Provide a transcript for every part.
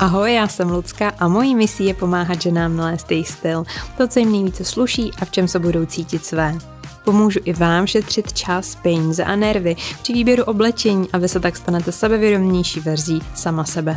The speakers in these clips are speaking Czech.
Ahoj, já jsem Lucka a mojí misí je pomáhat ženám nalézt jejich styl, to, co jim nejvíce sluší a v čem se budou cítit své. Pomůžu i vám šetřit čas, peníze a nervy při výběru oblečení a vy se tak stanete sebevědomější verzí sama sebe.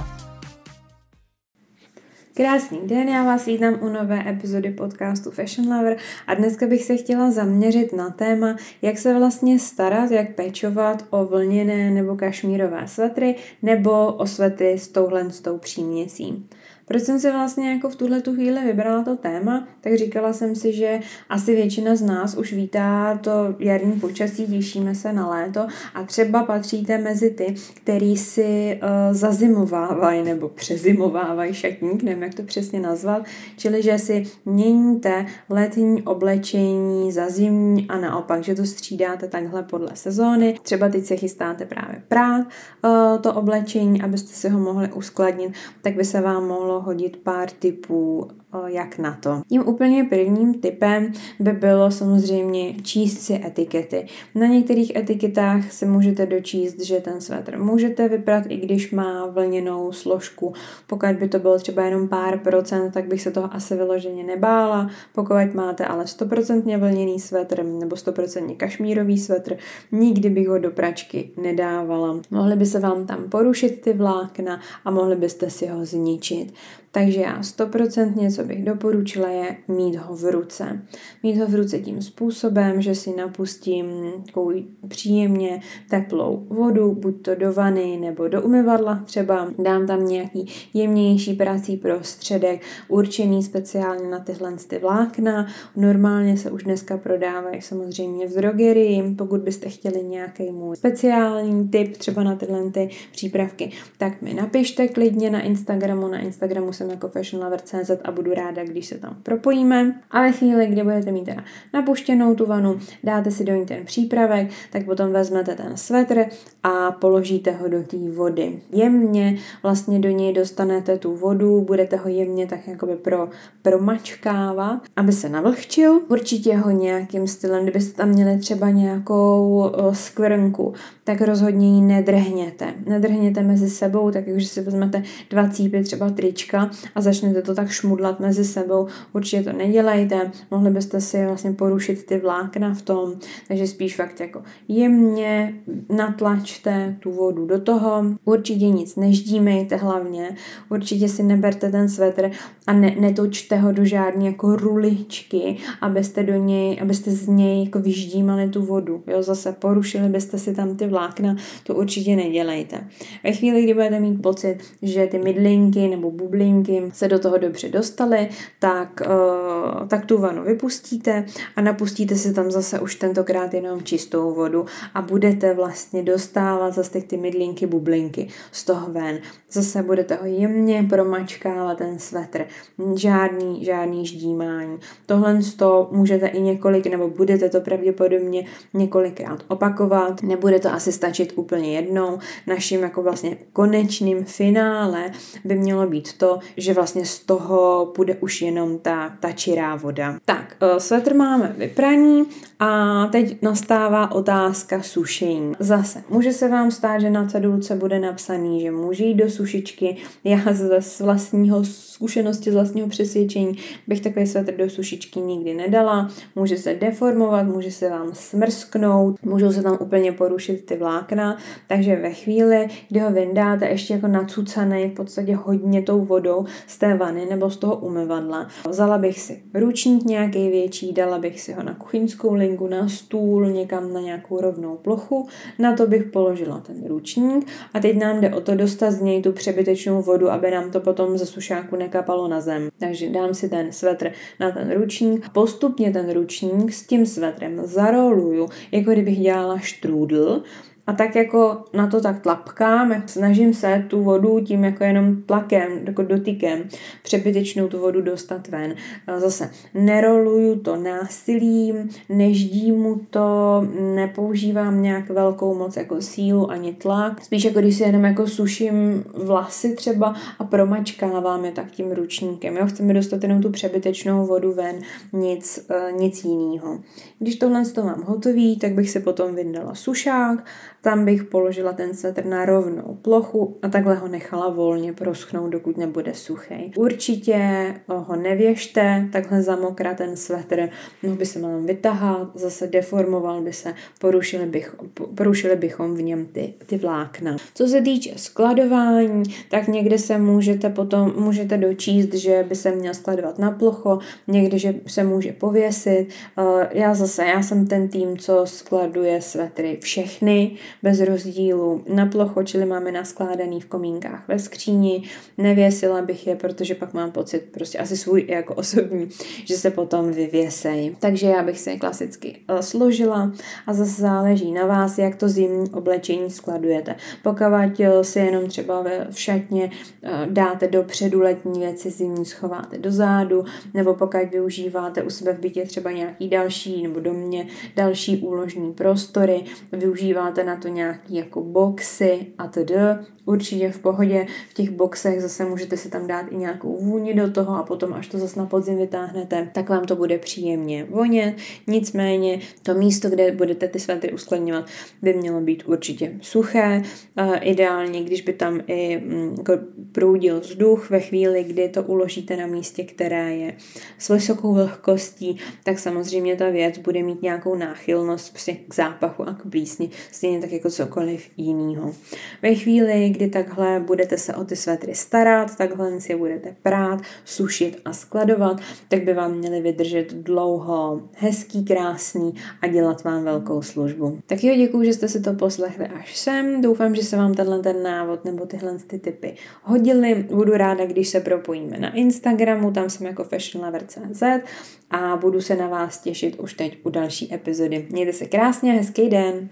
Krásný den, já vás vítám u nové epizody podcastu Fashion Lover a dneska bych se chtěla zaměřit na téma, jak se vlastně starat, jak pečovat o vlněné nebo kašmírové svetry nebo o svetry s tou příměsí. Proč jsem si vlastně jako v tuhletu chvíli vybrala to téma, tak říkala jsem si, že asi většina z nás už vítá to jarní počasí, těšíme se na léto a třeba patříte mezi ty, který si zazimovávají nebo přezimovávají šatník, nevím, jak to přesně nazvat, čili že si měníte letní oblečení za zimní a naopak, že to střídáte takhle podle sezóny. Třeba teď se chystáte právě prát to oblečení, abyste si ho mohli uskladnit, tak by se vám mohlo hodit pár tipů, jak na to. Tím úplně prvním tipem by bylo samozřejmě číst si etikety. Na některých etiketách si můžete dočíst, že ten svetr můžete vyprat, i když má vlněnou složku. Pokud by to bylo třeba jenom pár procent, tak bych se toho asi vyloženě nebála. Pokud máte ale 100% vlněný svetr nebo 100% kašmírový svetr, nikdy bych ho do pračky nedávala. Mohly by se vám tam porušit ty vlákna a mohli byste si ho zničit. Takže já 100% co bych doporučila je mít ho v ruce. Mít ho v ruce tím způsobem, že si napustím takovou příjemně teplou vodu, buď to do vany nebo do umyvadla třeba. Dám tam nějaký jemnější prací prostředek, určený speciálně na tyhle vlákna. Normálně se už dneska prodávají samozřejmě v drogerii. Pokud byste chtěli nějaký můj speciální tip třeba na tyhle přípravky, tak mi napište klidně na Instagramu. Na Instagramu jsem jako fashionlover.cz a budu ráda, když se tam propojíme. A ve chvíli, kdy budete mít teda napuštěnou tu vanu, dáte si do ní ten přípravek, tak potom vezmete ten svetr a položíte ho do té vody. Jemně vlastně do něj dostanete tu vodu, budete ho jemně tak jakoby promačkávat, aby se navlhčil. Určitě ho nějakým stylem, kdybyste tam měli třeba nějakou skvrnku, tak rozhodně ji nedrhněte. Nedrhněte mezi sebou, tak jakože si vezmete 2 cípy třeba trička a začnete to tak šmudlat mezi sebou. Určitě to nedělejte, mohli byste si vlastně porušit ty vlákna v tom, takže spíš fakt jako jemně natlačte tu vodu do toho. Určitě nic neždímejte hlavně, určitě si neberte ten svetr a netočte ho do žádné jako ruličky, abyste z něj jako vyždímali tu vodu. Jo, zase porušili byste si tam ty vlákna, to určitě nedělejte. Ve chvíli, kdy budete mít pocit, že ty mydlinky nebo bublinky se do toho dobře dostaly, tak tu vanu vypustíte a napustíte si tam zase už tentokrát jenom čistou vodu a budete vlastně dostávat zase ty mydlinky, bublinky z toho ven. Zase budete ho jemně promačkávat ten svetr. Žádný ždímání. Tohle můžete i nebo budete to pravděpodobně několikrát opakovat. Nebude to asi stačit úplně jednou. Naším jako vlastně konečným finále by mělo být to, že vlastně z toho bude už jenom ta čirá voda. Tak, svetr máme vypraný a teď nastává otázka sušení. Zase, může se vám stát, že na cedulce bude napsaný, že může jít do sušičky. Já z vlastního zkušenosti, z vlastního přesvědčení bych takový svetr do sušičky nikdy nedala. Může se deformovat, může se vám smrsknout, můžou se tam úplně porušit ty vlákna, takže ve chvíli, kdy ho vyndáte ještě jako nacucanej v podstatě hodně tou vodou z té vany nebo z toho umyvadla. Vzala bych si ručník nějaký větší, dala bych si ho na kuchyňskou linku, na stůl, někam na nějakou rovnou plochu, na to bych položila ten ručník a teď nám jde o to dostat z něj tu přebytečnou vodu, aby nám to potom ze sušáku nekapalo na zem. Takže dám si ten svetr na ten ručník a postupně ten ručník s tím svetrem zaroluju, jako kdybych dělala štrůdl. A tak jako na to tak tlapkám, snažím se tu vodu tím jako jenom tlakem, jako dotykem, přebytečnou tu vodu dostat ven. Zase neroluju to násilím, neždímu to, nepoužívám nějak velkou moc jako sílu ani tlak. Spíš jako když si jenom jako suším vlasy třeba a promačkávám je tak tím ručníkem. Jo? Chceme dostat jenom tu přebytečnou vodu ven, nic jiného. Když tohle mám hotový, tak bych si potom vyndala sušák, tam bych položila ten svetr na rovnou plochu a takhle ho nechala volně proschnout, dokud nebude suchý. Určitě ho nevěžte, takhle zamokra ten svetr, mohl by se vám vytahat, zase deformoval by se, porušili bychom v něm ty vlákna. Co se týče skladování, tak někde se můžete dočíst, že by se měl skladovat na plocho, někde, že se může pověsit. Já jsem ten tým, co skladuje svetry všechny, bez rozdílu na plocho, čili máme naskládaný v komínkách ve skříni. Nevěsila bych je, protože pak mám pocit, prostě asi svůj jako osobní, že se potom vyvěsejí. Takže já bych se je klasicky složila a zase záleží na vás, jak to zimní oblečení skladujete. Pokud si jenom třeba v šatně dáte dopředu letní věci, zimní schováte dozadu, nebo pokud využíváte u sebe v bytě třeba nějaký další, nebo domě další úložní prostory, využíváte na to nějaký jako boxy a td. Určitě v pohodě, v těch boxech zase můžete si tam dát i nějakou vůni do toho a potom, až to zase na podzim vytáhnete, tak vám to bude příjemně vonět. Nicméně to místo, kde budete ty svetry uskladňovat, by mělo být určitě suché. Ideálně, když by tam i proudil vzduch ve chvíli, kdy to uložíte na místě, které je s vysokou vlhkostí, tak samozřejmě ta věc bude mít nějakou náchylnost prostě k zápachu a k plísni, stejně tak jako cokoliv jiného. Ve chvíli, kdy takhle budete se o ty svetry starat, takhle si je budete prát, sušit a skladovat, tak by vám měly vydržet dlouho, hezký, krásný a dělat vám velkou službu. Tak jo, děkuju, že jste si to poslechli až sem. Doufám, že se vám ten návod nebo tyhle ty tipy hodily. Budu ráda, když se propojíme na Instagramu, tam jsem jako fashionlover.cz a budu se na vás těšit už teď u další epizody. Mějte se krásně a hezký den!